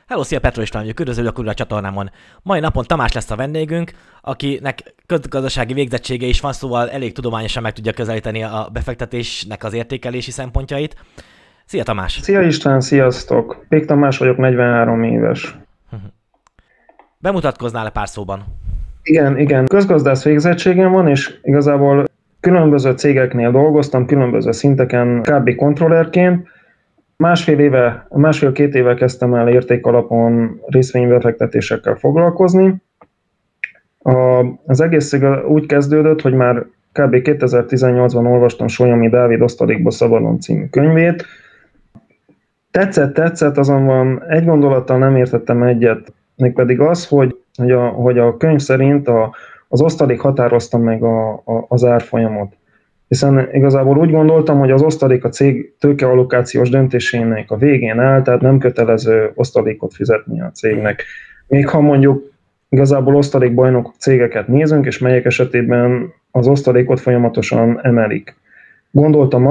Hello, szia Petro István vagyok, üdvözlök újra a csatornámon. Mai napon Tamás lesz a vendégünk, akinek közgazdasági végzettsége is van, szóval elég tudományosan meg tudja közelíteni a befektetésnek az értékelési szempontjait. Szia Tamás! Szia István, sziasztok! Pék Tamás vagyok, 43 éves. Bemutatkoznál pár szóban? Igen, közgazdász végzettségem van, és igazából különböző cégeknél dolgoztam, különböző szinteken, kb. Kontrollerként. Másfél-két éve kezdtem el értékalapon részvénybefektetésekkel foglalkozni. Az egész úgy kezdődött, hogy már kb. 2018-ban olvastam Sólyomé Dávid Osztalékból szabadon című könyvét. Tetszett, azonban egy gondolattal nem értettem egyet, mégpedig az, hogy a könyv szerint az osztalék határozta meg az árfolyamot. Hiszen igazából úgy gondoltam, hogy az osztalék a cég tőkeallokációs döntésének a végén áll, tehát nem kötelező osztalékot fizetni a cégnek. Még ha mondjuk igazából osztalékbajnok cégeket nézünk, és melyek esetében az osztalékot folyamatosan emelik. Gondoltam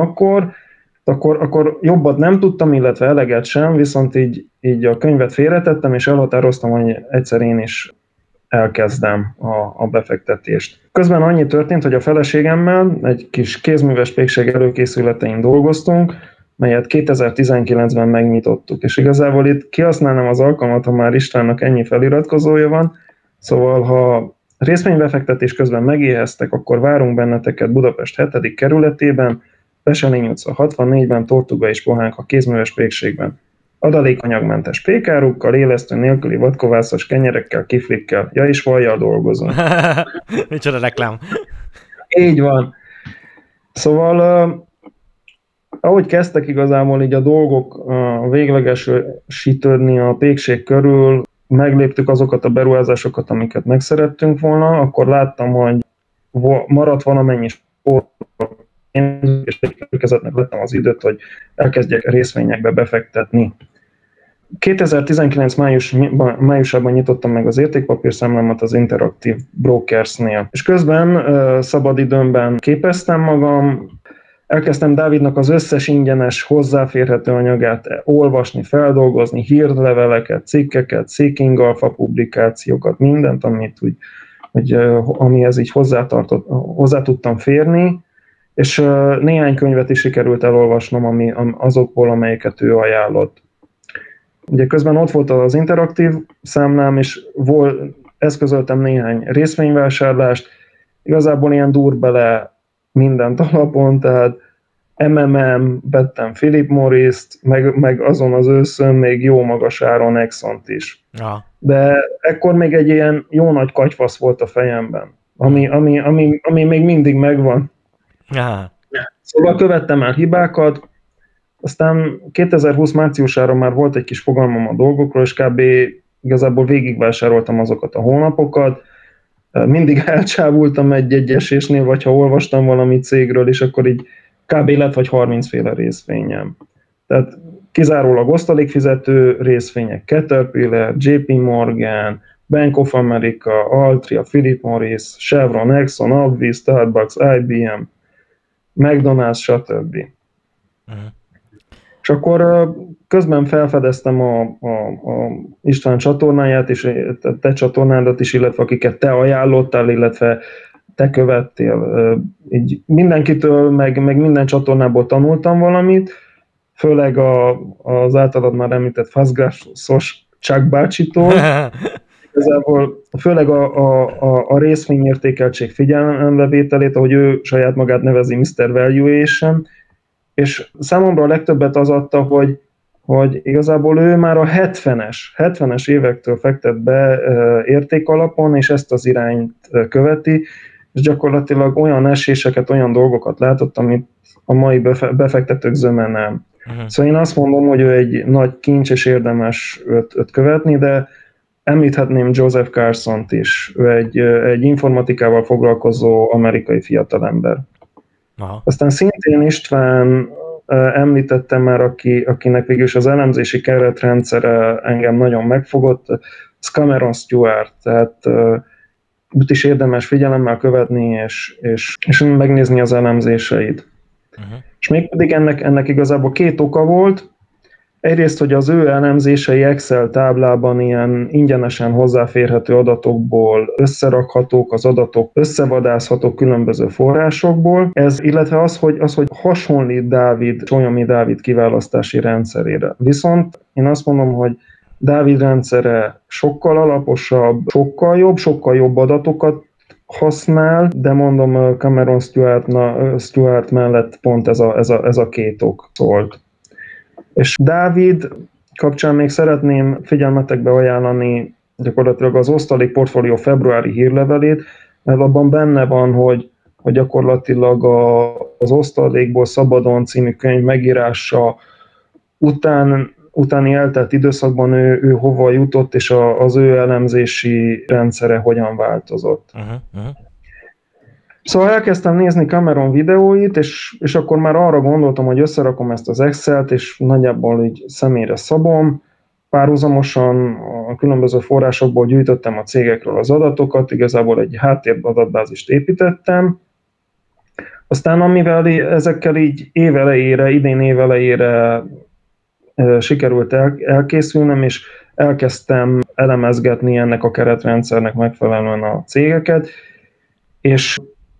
akkor jobbat nem tudtam, illetve eleget sem, viszont így a könyvet félretettem, és elhatároztam, hogy egyszer én is elkezdem a befektetést. Közben annyi történt, hogy a feleségemmel egy kis kézműves pékség előkészületein dolgoztunk, melyet 2019-ben megnyitottuk, és igazából itt kihasználnám az alkalmat, ha már Istvánnak ennyi feliratkozója van, szóval ha részvénybefektetés közben megéheztek, akkor várunk benneteket Budapest 7. kerületében, Veselényi utca 64-ben, Tortuga és Pohánka kézműves pékségben. Adalékanyagmentes pékárukkal, élesztő nélküli vadkovászos kenyerekkel, kiflikkel, és vajjal dolgozunk. Micsoda reklám. Így van. Szóval, ahogy kezdtek igazából így a dolgok véglegesítődni a pékség körül, megléptük azokat a beruházásokat, amiket megszerettünk volna, akkor láttam, hogy maradt valamennyi sport, és érkezetnek lettem az időt, hogy elkezdjek részvényekbe befektetni. 2019 májusában nyitottam meg az értékpapírszámlámat az Interactive Brokersnél. És közben szabadidőmben képeztem magam, elkezdtem Dávidnak az összes ingyenes, hozzáférhető anyagát olvasni, feldolgozni, hírleveleket, cikkeket, Seeking Alpha publikációkat, mindent, amihez így hozzá tudtam férni, és néhány könyvet is sikerült elolvasnom azokból, amelyeket ő ajánlott. Ugye közben ott volt az interaktív számlám, és eszközöltem néhány részvényvásárlást, igazából ilyen dur bele mindent alapon, tehát vettem Philip Morris-t, meg azon az őszön még jó magas áron Exxont is. Ja. De ekkor még egy ilyen jó nagy katyvasz volt a fejemben, ami még mindig megvan. Ja. Szóval követtem el hibákat, aztán 2020 márciusára már volt egy kis fogalmam a dolgokról, és kb. Igazából végigvásároltam azokat a hónapokat, mindig elcsábultam egy esésnél, vagy ha olvastam valami cégről, és akkor így kb. Lett vagy 30 féle részvényem. Tehát kizárólag osztalékfizető részvények, Caterpillar, JP Morgan, Bank of America, Altria, Philip Morris, Chevron, Exxon, AbbVie, Starbucks, IBM, McDonald's, stb. És akkor közben felfedeztem a István csatornáját, és te csatornádat is, illetve akiket te ajánlottál, illetve te követtél. Így mindenkitől, meg minden csatornából tanultam valamit, főleg az általad már említett Fazgásos Chuck bácsitól. Igazából főleg a részvényértékeltség figyelembevételét, ahogy ő saját magát nevezi Mr. Valuation, és számomra a legtöbbet az adta, hogy igazából ő már a 70-es évektől fektet be értékalapon, és ezt az irányt követi, és gyakorlatilag olyan eséseket, olyan dolgokat látott, amit a mai befektetők zöme nem. Szóval én azt mondom, hogy ő egy nagy kincs, és érdemes őt követni, de említhetném Joseph Carsont is. Ő egy informatikával foglalkozó amerikai fiatalember. Aha. Aztán szintén István említettem már, akinek végülis az elemzési keretrendszere engem nagyon megfogott, ez Cameron Stewart, tehát őt is érdemes figyelemmel követni, és megnézni az elemzéseit. És mégpedig ennek igazából két oka volt. Egyrészt, hogy az ő elemzései Excel táblában ilyen ingyenesen hozzáférhető adatokból összerakhatók, az adatok összevadászhatók különböző forrásokból, illetve az, hogy hasonlít Sólyom Dávid kiválasztási rendszerére. Viszont én azt mondom, hogy Dávid rendszere sokkal alaposabb, sokkal jobb adatokat használ, de mondom, Cameron Stewart mellett pont ez a két ok szólt. És Dávid kapcsán még szeretném figyelmetekbe ajánlani gyakorlatilag az Osztalék Portfólió februári hírlevelét, mert abban benne van, hogy gyakorlatilag az Osztalékból Szabadon című könyv megírása utáni eltelt időszakban ő hova jutott, és az ő elemzési rendszere hogyan változott. Szóval elkezdtem nézni Cameron videóit, és akkor már arra gondoltam, hogy összerakom ezt az Excel-t, és nagyjából így személyre szabom. Párhuzamosan a különböző forrásokból gyűjtöttem a cégekről az adatokat, igazából egy háttéradatbázist építettem. Aztán amivel ezekkel így idén évelejére sikerült elkészülnem, és elkezdtem elemezgetni ennek a keretrendszernek megfelelően a cégeket, és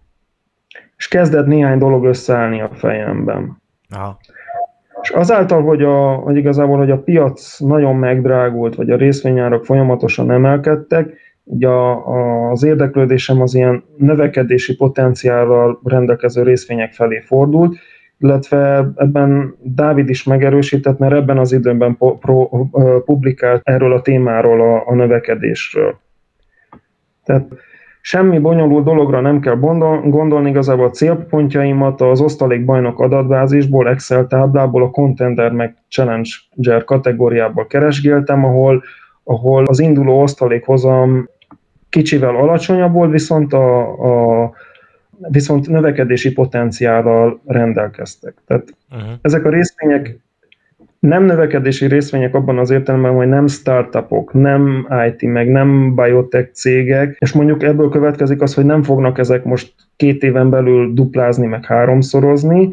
kezdett néhány dolog összeállni a fejemben. Aha. És azáltal, hogy igazából a piac nagyon megdrágult, vagy a részvényárak folyamatosan emelkedtek, ugye az érdeklődésem az ilyen növekedési potenciállal rendelkező részvények felé fordult, illetve ebben Dávid is megerősített, mert ebben az időben publikált erről a témáról, a növekedésről. Tehát semmi bonyolult dologra nem kell gondolni, igazából a célpontjaimat az osztalékbajnok adatbázisból, Excel táblából, a Contender meg Challenger kategóriából keresgéltem, ahol az induló osztalékhozam kicsivel alacsonyabb volt, viszont növekedési potenciállal rendelkeztek. Tehát ezek a részvények nem növekedési részvények abban az értelemben, hogy nem startupok, nem IT, meg nem biotech cégek, és mondjuk ebből következik az, hogy nem fognak ezek most 2 éven belül duplázni, meg 3-szorozni,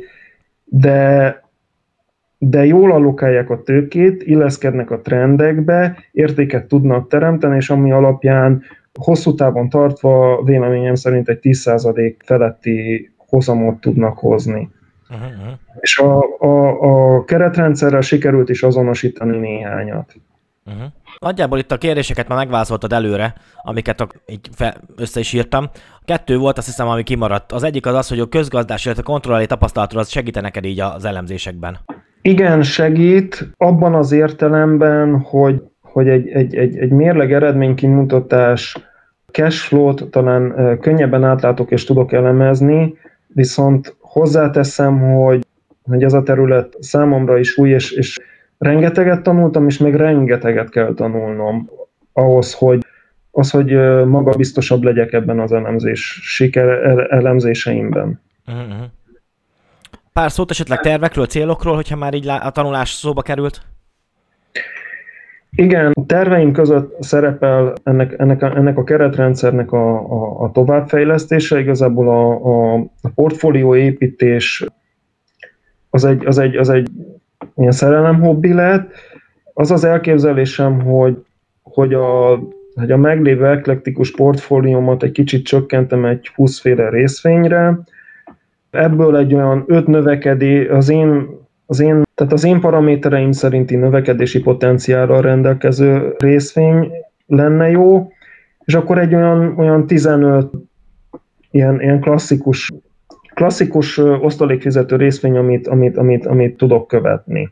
de jól allokálják a tőkét, illeszkednek a trendekbe, értéket tudnak teremteni, és ami alapján hosszú távon tartva véleményem szerint egy 10% feletti hozamot tudnak hozni. És a keretrendszerrel sikerült is azonosítani néhányat. Nagyjából itt a kérdéseket már megválaszoltad előre, amiket így össze is írtam. 2 volt, azt hiszem, ami kimaradt. Az egyik az, hogy a közgazdás, illetve a kontrolli tapasztalatról az segít neked így az elemzésekben. Igen, segít abban az értelemben, hogy egy mérleg eredménykimutatás cashflow-t talán könnyebben átlátok és tudok elemezni, viszont hozzáteszem, hogy ez a terület számomra is új, és rengeteget tanultam, és még rengeteget kell tanulnom ahhoz, hogy magabiztosabb legyek ebben az elemzéseimben. Pár szót esetleg tervekről, célokról, hogyha már így a tanulás szóba került? Igen, a terveim között szerepel ennek a keretrendszernek a továbbfejlesztése, igazából a portfólió építés az egy ilyen szerelemhobbi lett. Az az elképzelésem, hogy a meglévő eklektikus portfóliómat egy kicsit csökkentem egy 20 féle részvényre. Ebből egy olyan 5 növekedés, tehát az én paramétereim szerinti növekedési potenciálral rendelkező részvény lenne jó, és akkor egy olyan 15 ilyen klasszikus osztalékfizető részvény, amit tudok követni.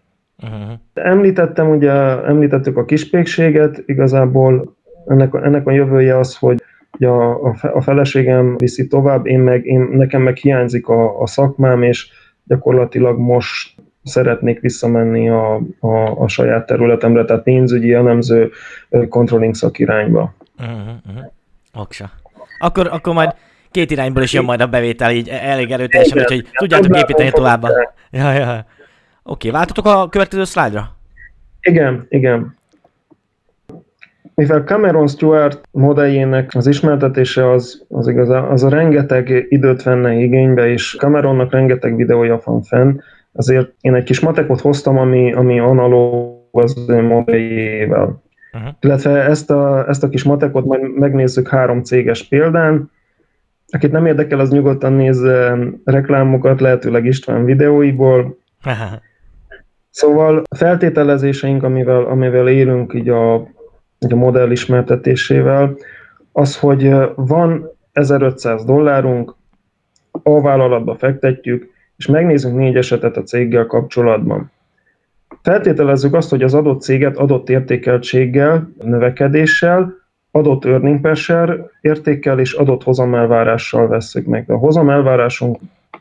Említettük a kispékséget, igazából ennek a jövője az, hogy a feleségem viszi tovább, nekem meg hiányzik a szakmám, és gyakorlatilag most szeretnék visszamenni a saját területemre, tehát pénzügyi elemző controlling szakirányba. Oksa. Akkor majd 2 irányból is jön majd a bevétel, így elég erőteljesen, úgyhogy tudjátok építeni tovább. Ja. Oké, váltatok a következő szlájdra? Igen. Mivel Cameron Stewart modelljének az ismertetése az a rengeteg időt venne igénybe, és Cameronnak rengeteg videója van fenn, Ezért én egy kis matekot hoztam, ami analóg az ő modelljével. Illetve ezt a kis matekot majd megnézzük 3 céges példán. Akit nem érdekel, az nyugodtan nézze reklámokat, lehetőleg István videóiból. Szóval a feltételezéseink, amivel élünk így a modell ismertetésével, az, hogy van $1500, a vállalatba fektetjük, és megnézzünk 4 esetet a céggel kapcsolatban. Feltételezzük azt, hogy az adott céget adott értékeltséggel, növekedéssel, adott earning per share értékkel és adott hozamelvárással vesszük meg. A hozamelvárásunk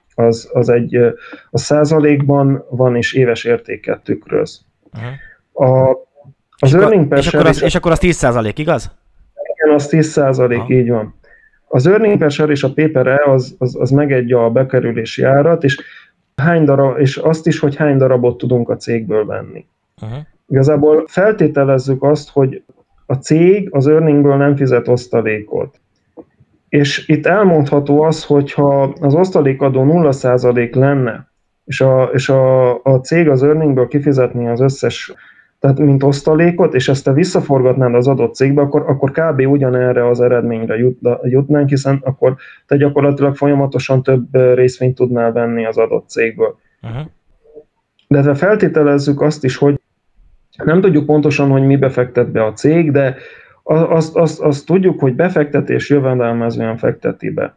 a százalékban van és éves értéket tükröz. Az earning per share... És akkor az 10%, igaz? Igen, az 10%, így van. Az earning per share és a P per E az megadja a bekerülési árat, és azt is, hogy hány darabot tudunk a cégből venni. Igazából feltételezzük azt, hogy a cég az earningből nem fizet osztalékot. És itt elmondható az, hogyha az osztalékadó 0% lenne, és a cég az earningből kifizetné az összes, tehát mint osztalékot, és ezt te visszaforgatnád az adott cégbe, akkor kb. Ugyanerre az eredményre jutnánk, hiszen akkor te gyakorlatilag folyamatosan több részvényt tudnál venni az adott cégből. De feltételezzük azt is, hogy nem tudjuk pontosan, hogy mi befektet be a cég, de azt tudjuk, hogy befektetés jövedelmezően fekteti be.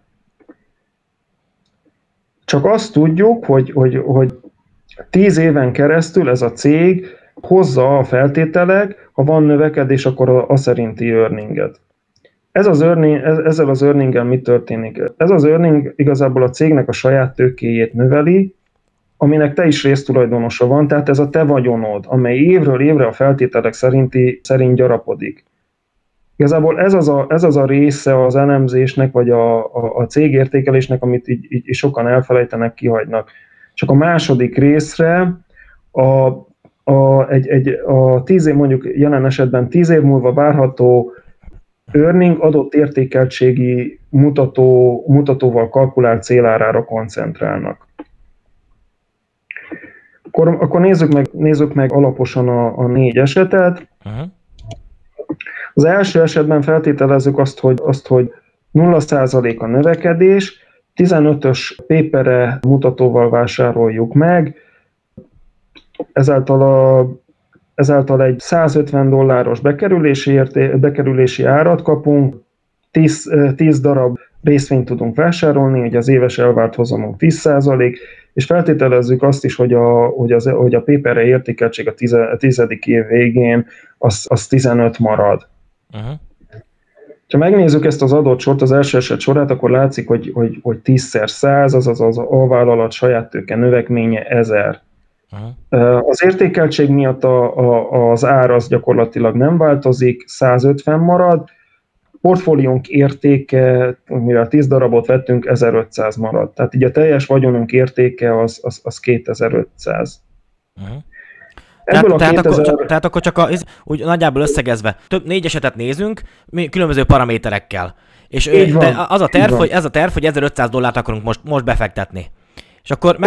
Csak azt tudjuk, hogy 10 éven keresztül ez a cég hozza a feltételek, ha van növekedés, akkor a szerinti earninget. Ezzel az earninggel mi történik? Ez az earning igazából a cégnek a saját tőkéjét növeli, aminek te is résztulajdonosa van, tehát ez a te vagyonod, amely évről évre a feltételek szerint gyarapodik. Igazából ez az a része az elemzésnek, vagy a cégértékelésnek, amit így sokan elfelejtenek, kihagynak. Csak a második részre a 10 év, mondjuk jelen esetben 10 év múlva várható earning adott értékeltségi mutatóval kalkulált célárára koncentrálnak. Akkor nézzük meg alaposan a 4 esetet. Az első esetben feltételezzük azt, hogy 0% a növekedés, 15-ös P per E mutatóval vásároljuk meg, ezáltal egy $150 bekerülési árat kapunk, 10 darab részvényt tudunk vásárolni, hogy az éves elvárt hozamunk 10%, és feltételezzük azt is, hogy a P per E értékeltség a 10. év végén az 15 marad. Ha megnézzük ezt az adott sort, az első eset sorát, akkor látszik, hogy 10x100, azaz az alvállalat saját tőke növekménye 1000. Az értékeltség miatt az ár az gyakorlatilag nem változik, 150 marad, portfóliónk értéke, mivel 10 darabot vettünk, 1500 marad. Tehát így a teljes vagyonunk értéke az 2500. Tehát akkor csak úgy nagyjából összegezve, 4 esetet nézünk, különböző paraméterekkel. És az a terv, hogy $1500 akarunk most befektetni. És akkor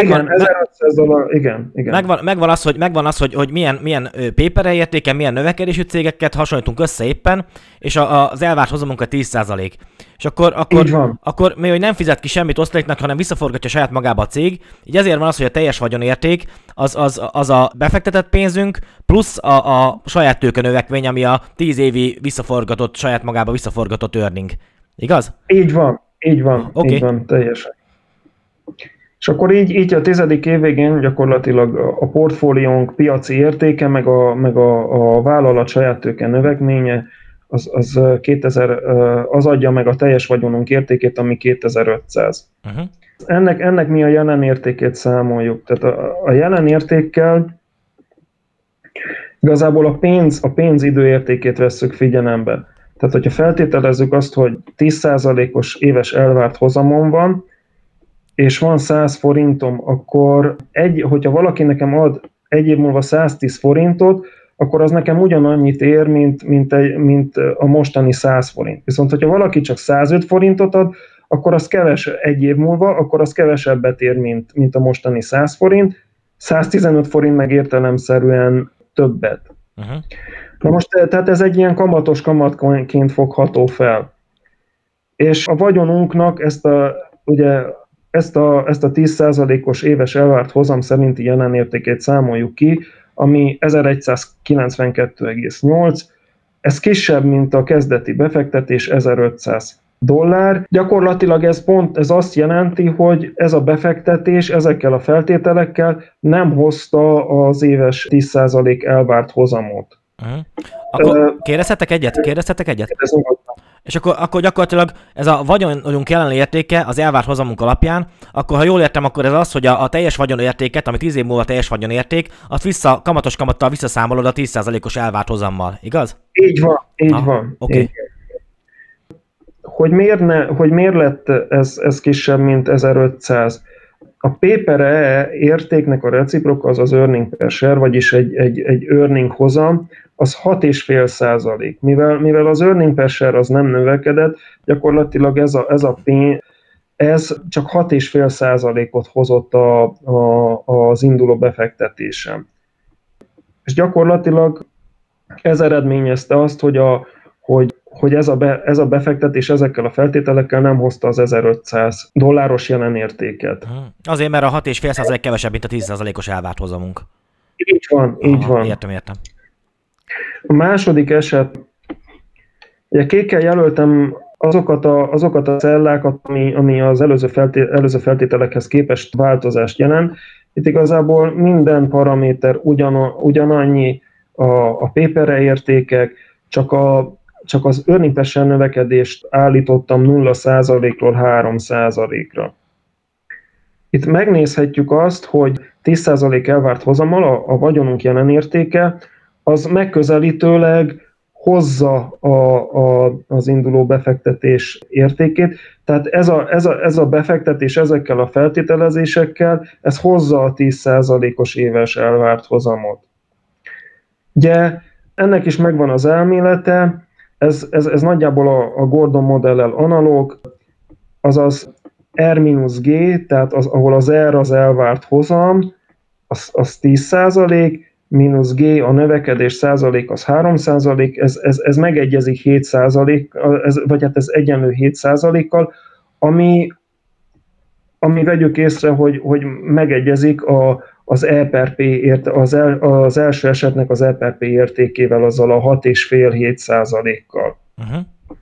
megvan az, hogy milyen P per E értéke, milyen növekedésű cégeket hasonlítunk össze éppen, és az elvárt hozamunk a 10%. És akkor mi, hogy nem fizet ki semmit osztaléknak, hanem visszaforgatja saját magába a cég, így ezért van az, hogy a teljes vagyonérték az a befektetett pénzünk, plusz a saját tőke növekmény, ami a 10 évi saját magába visszaforgatott earning. Igaz? Így van, okay. Így van, teljesen. És akkor így a 10. év végén gyakorlatilag a portfóliónk piaci értéke, meg a vállalat saját tőke növekménye, az 2000, az adja meg a teljes vagyonunk értékét, ami 2500. Ennek mi a jelen értékét számoljuk. Tehát a jelen értékkel igazából a pénz időértékét vesszük figyelembe. Tehát, hogyha feltételezzük azt, hogy 10%-os éves elvárt hozamon van, és van 100 forintom, akkor hogyha valaki nekem ad egy év múlva 110 forintot, akkor az nekem ugyanannyit ér, mint a mostani 100 forint. Viszont, hogyha valaki csak 105 forintot ad, akkor az egy év múlva, akkor az kevesebbet ér, mint a mostani 100 forint, 115 forint meg értelemszerűen többet. Uh-huh. Na most, tehát ez egy ilyen kamatos kamatként fogható fel. És a vagyonunknak ugye ezt a 10%-os éves elvárt hozam szerinti jelenértékét számoljuk ki, ami 1192,8. Ez kisebb, mint a kezdeti befektetés, $1500. Gyakorlatilag ez azt jelenti, hogy ez a befektetés ezekkel a feltételekkel nem hozta az éves 10% elvárt hozamot. Uh-huh. Akkor kérdezhetek egyet? És akkor gyakorlatilag ez a vagyonunk jelenlegi értéke az elvárt hozamunk alapján, akkor ha jól értem, akkor ez az, hogy a teljes vagyonértéket, ami 10 év múlva teljes vagyonérték, azt kamatos kamattal visszaszámolod a 10%-os elvárt hozammal, igaz? Így van. Okay. Hogy miért lett ez kisebb, mint 1500? A P/E értéknek a reciproka az earning per share, vagyis egy earning hozam, az 6,5%. Mivel az earning per share az nem növekedett, gyakorlatilag ez csak 6,5%-ot hozott az induló befektetésem. És gyakorlatilag ez eredményezte azt, hogy ez a befektetés ezekkel a feltételekkel nem hozta az $1500 jelenértéket. Azért, mert a 6,5% kevesebb, mint a 10%-os elvárt hozamunk. Így van. Értem. A második eset, ugye kékkel jelöltem azokat a cellákat, ami az előző feltételekhez képest változást jelent. Itt igazából minden paraméter ugyanannyi, a P/E értékek, csak az earning per share növekedést állítottam 0%-ról 3%-ra. Itt megnézhetjük azt, hogy 10% elvárt hozammal a vagyonunk jelenértéke, az megközelítőleg hozza az induló befektetés értékét, tehát ez a befektetés ezekkel a feltételezésekkel, ez hozza a 10%-os éves elvárt hozamot. Ugye ennek is megvan az elmélete, ez nagyjából a Gordon modellel analóg, azaz R-G, tehát ahol az R az elvárt hozam, az 10%, mínusz G a növekedés százalék az 3%, ez megegyezik 7%, vagy hát ez egyenlő 7%-kal, ami vegyük észre, hogy megegyezik az E/P az első esetnek az E/P értékével, azzal a 6,5-7%-kal. Uh-huh.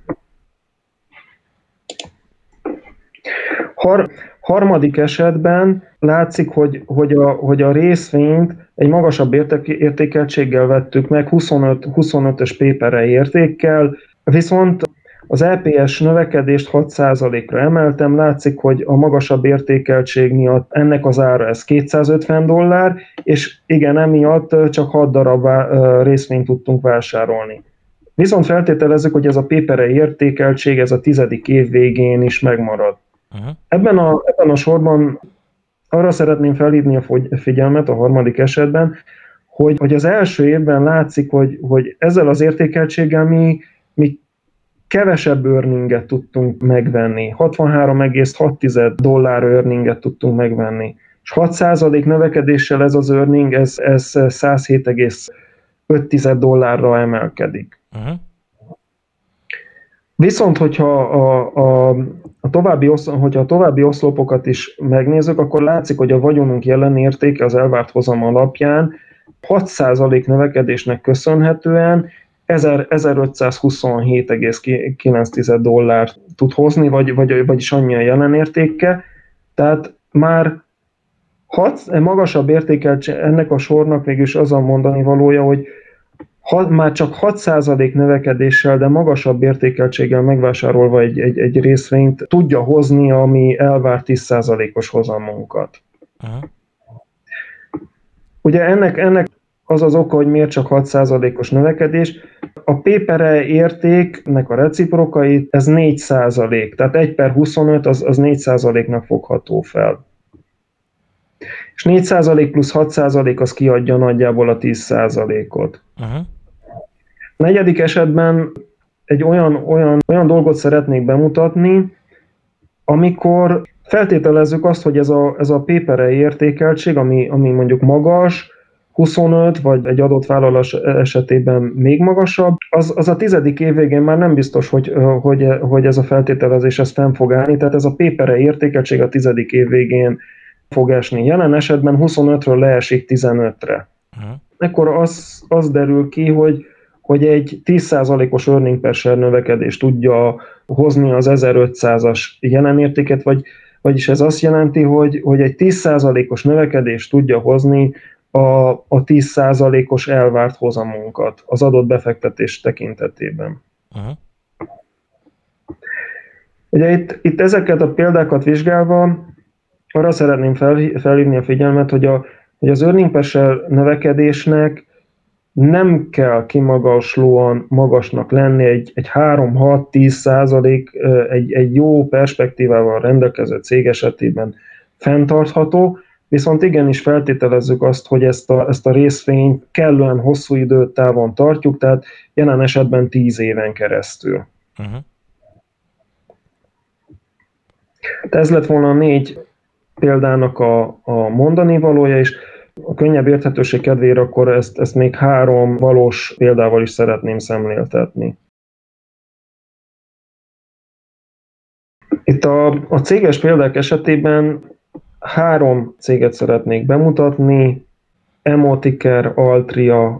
Harmadik esetben látszik, hogy a részvényt egy magasabb értékeltséggel vettük meg, 25-ös P/E értékkel, viszont az EPS növekedést 6%-ra emeltem, látszik, hogy a magasabb értékeltség miatt ennek az ára ez $250, és igen, emiatt csak 6 darab részvényt tudtunk vásárolni. Viszont feltételezzük, hogy ez a P/E értékeltség ez a 10. év végén is megmarad. Uh-huh. Ebben a sorban arra szeretném felhívni a figyelmet a harmadik esetben, hogy az első évben látszik, hogy ezzel az értékeltséggel mi kevesebb earninget tudtunk megvenni. $63,6 earninget tudtunk megvenni. És 6% növekedéssel ez az earning, ez $107,5 emelkedik. Uh-huh. Viszont, hogyha a további oszlopokat is megnézzük, akkor látszik, hogy a vagyonunk jelen értéke az elvárt hozam alapján 6% növekedésnek köszönhetően $1527,9 tud hozni, vagyis annyi a jelenértéke. Tehát már magasabb értékeltség, ennek a sornak végülis az a mondani valója, hogy már csak 6% növekedéssel, de magasabb értékeltséggel megvásárolva egy részvényt tudja hozni, ami elvárt 10%-os hozamunkat. Uh-huh. Ugye ennek az az oka, hogy miért csak 6%-os növekedés. A P/E értéknek a reciprokait, ez 4%, tehát 1/25 az 4%-nak fogható fel. És 4% plusz 6% az kiadja nagyjából a 10%-ot. Uh-huh. A negyedik esetben egy olyan dolgot szeretnék bemutatni, amikor Feltételezzük azt, hogy ez a PPRE értékeltség, ami mondjuk magas, 25, vagy egy adott vállalás esetében még magasabb, az a 10. év végén már nem biztos, hogy ez a feltételezés ez fenn fog állni, tehát ez a PPRE értékeltség a 10. év végén fog esni. Jelen esetben 25-ről leesik 15-re. Ekkor az derül ki, hogy egy 10%-os earning per share növekedést tudja hozni az 1500-as jelenértéket, vagyis ez azt jelenti, hogy egy 10%-os növekedést tudja hozni a 10%-os elvárt hozamunkat az adott befektetés tekintetében. Ugye itt ezeket a példákat vizsgálva arra szeretném felhívni a figyelmet, hogy az earning per share növekedésnek nem kell kimagaslóan magasnak lenni, egy 3-6-10% egy jó perspektívával rendelkező cég esetében fenntartható, viszont igenis feltételezzük azt, hogy ezt a részvényt kellően hosszú időtávon tartjuk, tehát jelen esetben 10 éven keresztül. Ez lett volna a 4 példának a mondani valója, és a könnyebb érthetőség kedvére akkor ezt még 3 valós példával is szeretném szemléltetni. Itt a céges példák esetében 3 céget szeretnék bemutatni: Emotiker, Altria,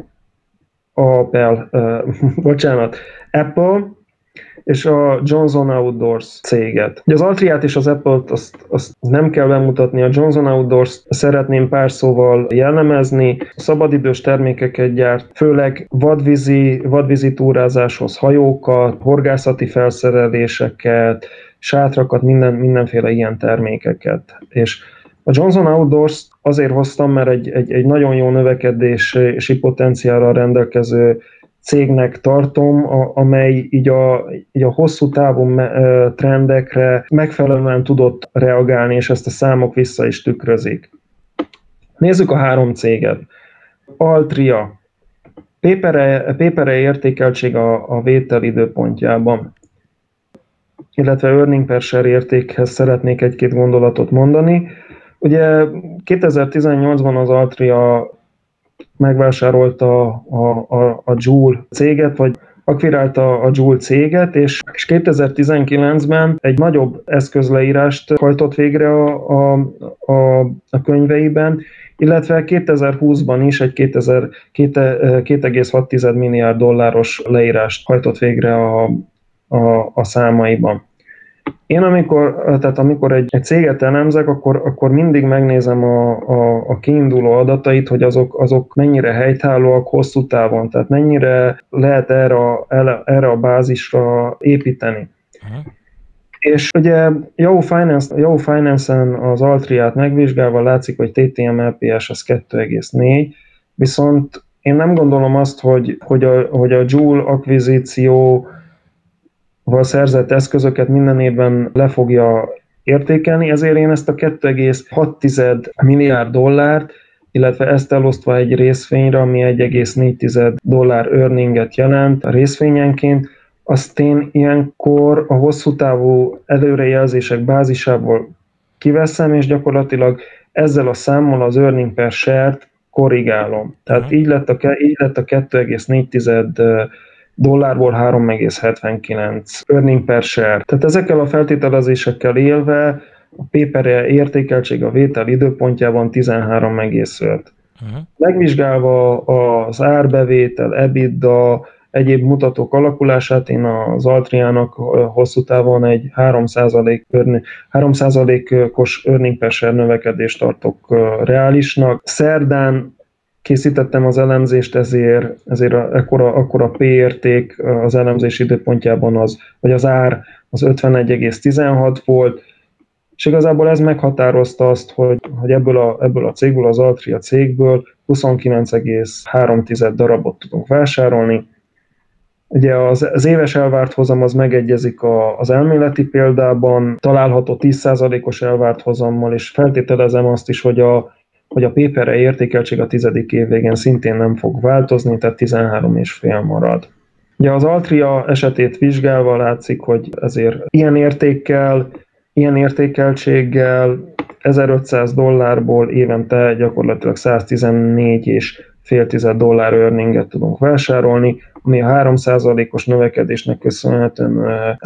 Apple és a Johnson Outdoors céget. Ugye az Altriát és az Apple-t azt nem kell bemutatni, a Johnson Outdoors szeretném pár szóval jellemezni. Szabadidős termékeket gyárt, főleg vadvízi túrázáshoz hajókat, horgászati felszereléseket, sátrakat, mindenféle ilyen termékeket. És a Johnson Outdoors azért hoztam, mert egy nagyon jó növekedési potenciálral rendelkező cégnek tartom, amely így a hosszú távú trendekre megfelelően tudott reagálni, és ezt a számok vissza is tükrözik. Nézzük a 3 céget. Altria. PPRE értékeltség a vétel időpontjában, illetve earning per share értékhez szeretnék egy-két gondolatot mondani. Ugye 2018-ban az Altria megvásárolta a Joule céget, vagy akvirálta a Joule céget, és 2019-ben egy nagyobb eszközleírást hajtott végre a könyveiben, illetve 2020-ban is egy 2,6 milliárd dolláros leírást hajtott végre a számaiban. Én amikor egy céget elemzek, akkor mindig megnézem a kiinduló adatait, hogy azok mennyire helytállóak hosszú távon, tehát mennyire lehet erre a bázisra építeni. És ugye Yahoo Finance-en az Altriát megvizsgálva látszik, hogy TTM LPS az 2,4, viszont én nem gondolom azt, hogy a Joule akvizíció szerzett eszközöket minden évben le fogja értékelni, ezért én ezt a 2,6 milliárd dollárt, illetve ezt elosztva egy részvényre, ami 1,4 dollár earninget jelent a részvényenként, azt én ilyenkor a hosszú távú előrejelzések bázisából kiveszem, és gyakorlatilag ezzel a számmal az earning per share-t korrigálom. Tehát így lett a 2,4 dollárból 3,79 earning per share. Tehát ezekkel a feltételezésekkel élve a PPRE értékeltség a vétel időpontjában 13,5. Megvizsgálva az árbevétel, EBITDA, egyéb mutatók alakulását, én az Altriának hosszú távon egy 3%-os earning per share növekedést tartok reálisnak. Szerdán készítettem az elemzést, ezért akkora P érték az elemzés időpontjában vagy az ár az 51,16 volt, és igazából ez meghatározta azt, hogy ebből a cégből, az Altria cégből 29,3 darabot tudunk vásárolni. Ugye az éves elvárt hozam az megegyezik az elméleti példában, található 10%-os elvárt hozammal, és feltételezem azt is, hogy a PPRE értékeltség a 10. év végén szintén nem fog változni, tehát 13,5 marad. Ugye az Altria esetét vizsgálva látszik, hogy ezért ilyen értékkel ilyen értékeltséggel $1500 évente gyakorlatilag 114,5 $, tudunk vásárolni, ami a 3%-os növekedésnek köszönhetően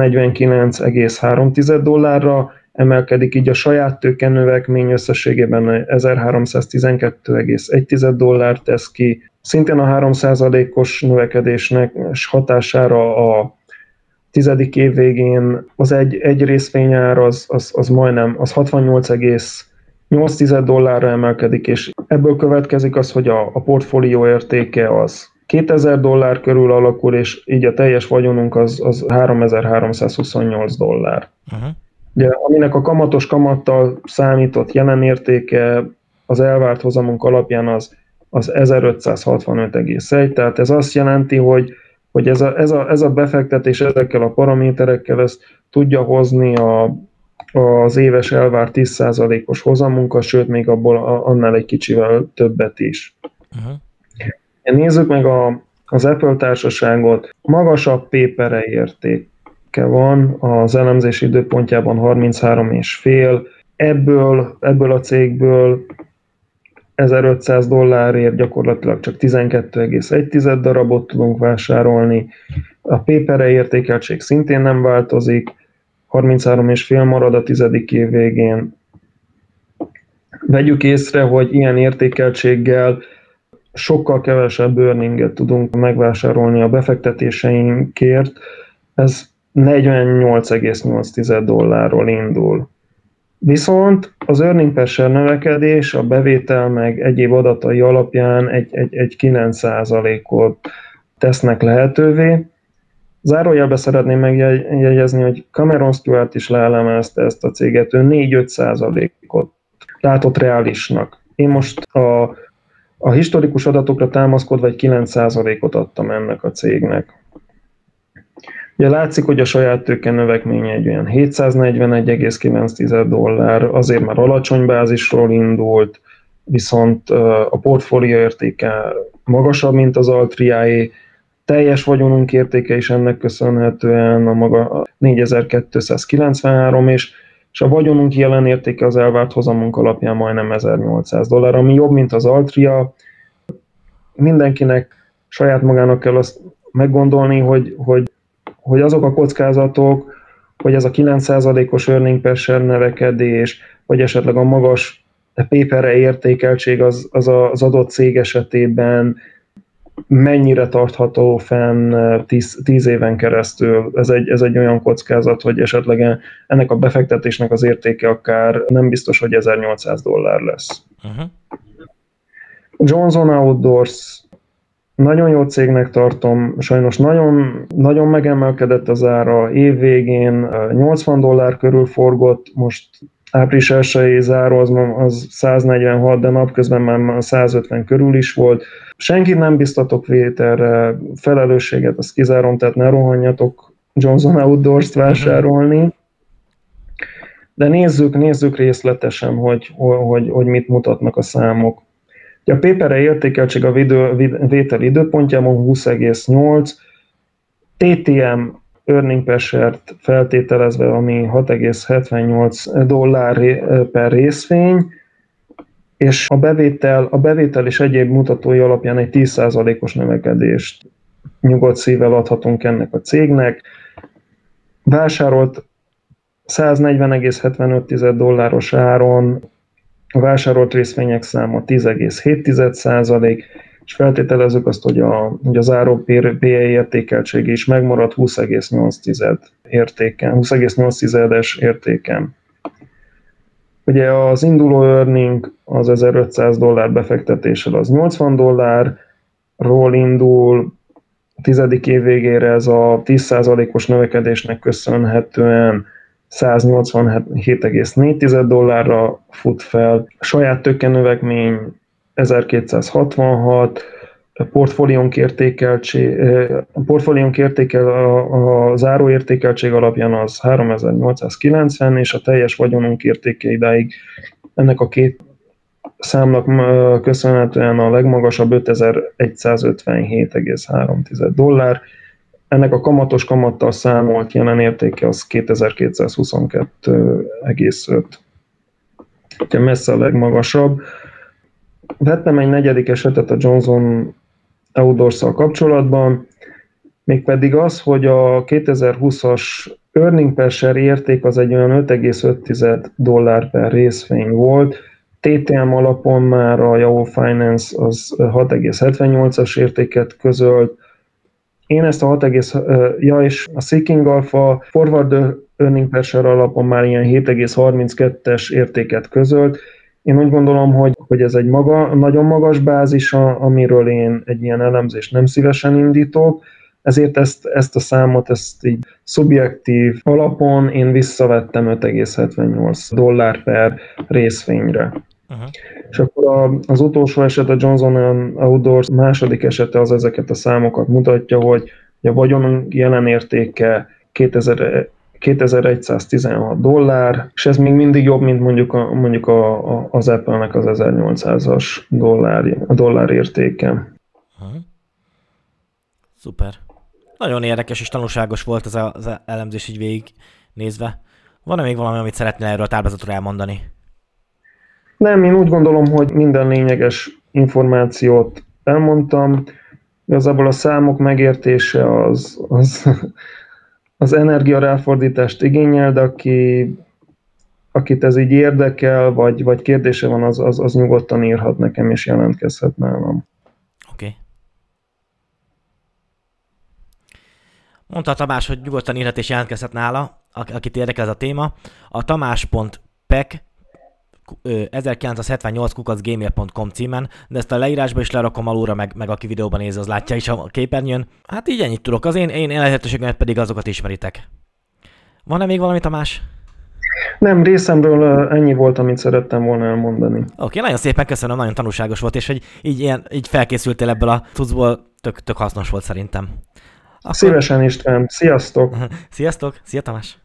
$149,3 emelkedik, így a saját tőke növekmény összességében $1312,1 tesz ki. Szintén a 3%-os növekedésnek hatására a tizedik év végén az egy részvényár az majdnem az $68,8 emelkedik, és ebből következik az, hogy a portfólió értéke az $2000 körül alakul, és így a teljes vagyonunk az $3328. Ugye, aminek a kamatos kamattal számított jelen értéke az elvárt hozamunk alapján az 1565,1, tehát ez azt jelenti, hogy ez a befektetés ezekkel a paraméterekkel ezt tudja hozni az éves elvárt 10%-os hozamunkat, sőt még abból annál egy kicsivel többet is. Nézzük meg az Apple társaságot. Magasabb P/E értéke van, az elemzési időpontjában 33,5. Ebből a cégből $1500 gyakorlatilag csak 12,1 darabot tudunk vásárolni. A P/E értékeltség szintén nem változik, 33,5 marad a tizedik év végén. Vegyük észre, hogy ilyen értékeltséggel sokkal kevesebb earninget tudunk megvásárolni a befektetéseinkért. Ez $48,8 indul. Viszont az earning per share növekedés a bevétel meg egyéb adatai alapján egy 9%-ot tesznek lehetővé. Zárójelbe szeretném megjegyezni, hogy Cameron Stewart is leelemezte ezt a céget, ő 4-5%-ot látott reálisnak. Én most a historikus adatokra támaszkodva egy 9%-ot adtam ennek a cégnek. Ugye látszik, hogy a saját tőke növekménye egy olyan $741,9, azért már alacsony bázisról indult, viszont a portfólió értéke magasabb, mint az Altriaé, teljes vagyonunk értéke is ennek köszönhetően a maga 4293, és a vagyonunk jelen értéke az elvárt hozamunk alapján majdnem $1800, ami jobb, mint az Altria. Mindenkinek saját magának kell azt meggondolni, hogy azok a kockázatok, hogy ez a 9%-os earning per share növekedés, vagy esetleg a magas P/E értékeltség az adott cég esetében mennyire tartható fenn 10 éven keresztül. Ez egy olyan kockázat, hogy esetleg ennek a befektetésnek az értéke akár nem biztos, hogy $1800 lesz. Johnson Outdoors nagyon jó cégnek tartom, sajnos nagyon, nagyon megemelkedett az ára, év végén $80 körül forgott, most április 1-i záró az 146, de napközben már 150 körül is volt. Senkit nem biztatok vételre, felelősséget azt kizárom, tehát ne rohanjatok Johnson Outdoors-t vásárolni. De nézzük részletesen, hogy mit mutatnak a számok. A P/E értékeltség a vétel időpontjában 20,8, TTM earning per share-t feltételezve, ami $6,78 per részvény, és a bevétel és egyéb mutatói alapján egy 10%-os növekedést nyugodt szívvel adhatunk ennek a cégnek. Vásárolt $140,75 áron, a vásárolt részvények száma 10,7%, és feltételezzük azt, hogy a záró PE értékeltsége is megmarad 20,8-es értéken. Ugye az induló earning az $1500 befektetéssel az $80-ról indul, a tizedik év végére ez a 10%-os növekedésnek köszönhetően $187,4 fut fel, a saját tőke növekmény 1266, a portfóliónk értéke a záróértékeltség alapján az 3890, és a teljes vagyonunk értéke idáig ennek a két számnak köszönhetően a legmagasabb $5157,3. ennek a kamatos kamattal számolt jelen értéke az 2222,5. Úgyhogy messze a legmagasabb. Vettem egy negyedik esetet a Johnson Outdoors-szal kapcsolatban, mégpedig az, hogy a 2020-as earning per share érték az egy olyan 5,5 dollár per részvény volt, TTM alapon már a Yahoo Finance az 6,78-as értéket közölt. Én ezt a 6, és a Seeking Alpha Forward Earning per Share alapon már ilyen 7,32-es értéket közölt. Én úgy gondolom, hogy ez egy nagyon magas bázis, amiről én egy ilyen elemzést nem szívesen indítok, ezért ezt a számot, ezt így szubjektív alapon én visszavettem 5,78 dollár per részvényre. Uh-huh. És akkor az utolsó eset, a Johnson Outdoors második esete az ezeket a számokat mutatja, hogy a vagyonunk jelen értéke 2116 dollár, és ez még mindig jobb, mint mondjuk az Apple-nek az 1800-as dollár értéke. Uh-huh. Szuper. Nagyon érdekes és tanulságos volt ez az elemzés így végig nézve. Van-e még valami, amit szeretnél erről a táblázatról elmondani? Nem, én úgy gondolom, hogy minden lényeges információt elmondtam. Igazából a számok megértése az energiaráfordítást igényel, de akit ez így érdekel, vagy kérdése van, az nyugodtan írhat nekem, és jelentkezhet nálam. Oké. Mondta a Tamás, hogy nyugodtan írhat és jelentkezhet nála, akit érdekel ez a téma. A tamás.pek 1978 címen, de ezt a leírásba is lerakom alulra, meg aki videóban nézi, az látja is a képernyőn. Hát így ennyit tudok. Az én elérhetőségemet pedig azokat ismeritek. Van-e még valami, Tamás? Nem, részemről ennyi volt, amit szerettem volna elmondani. Oké, nagyon szépen köszönöm, nagyon tanulságos volt, és hogy így felkészültél ebből a cuccból, tök hasznos volt szerintem. Akkor... Szívesen, István. Sziasztok! Sziasztok! Szia, Tamás!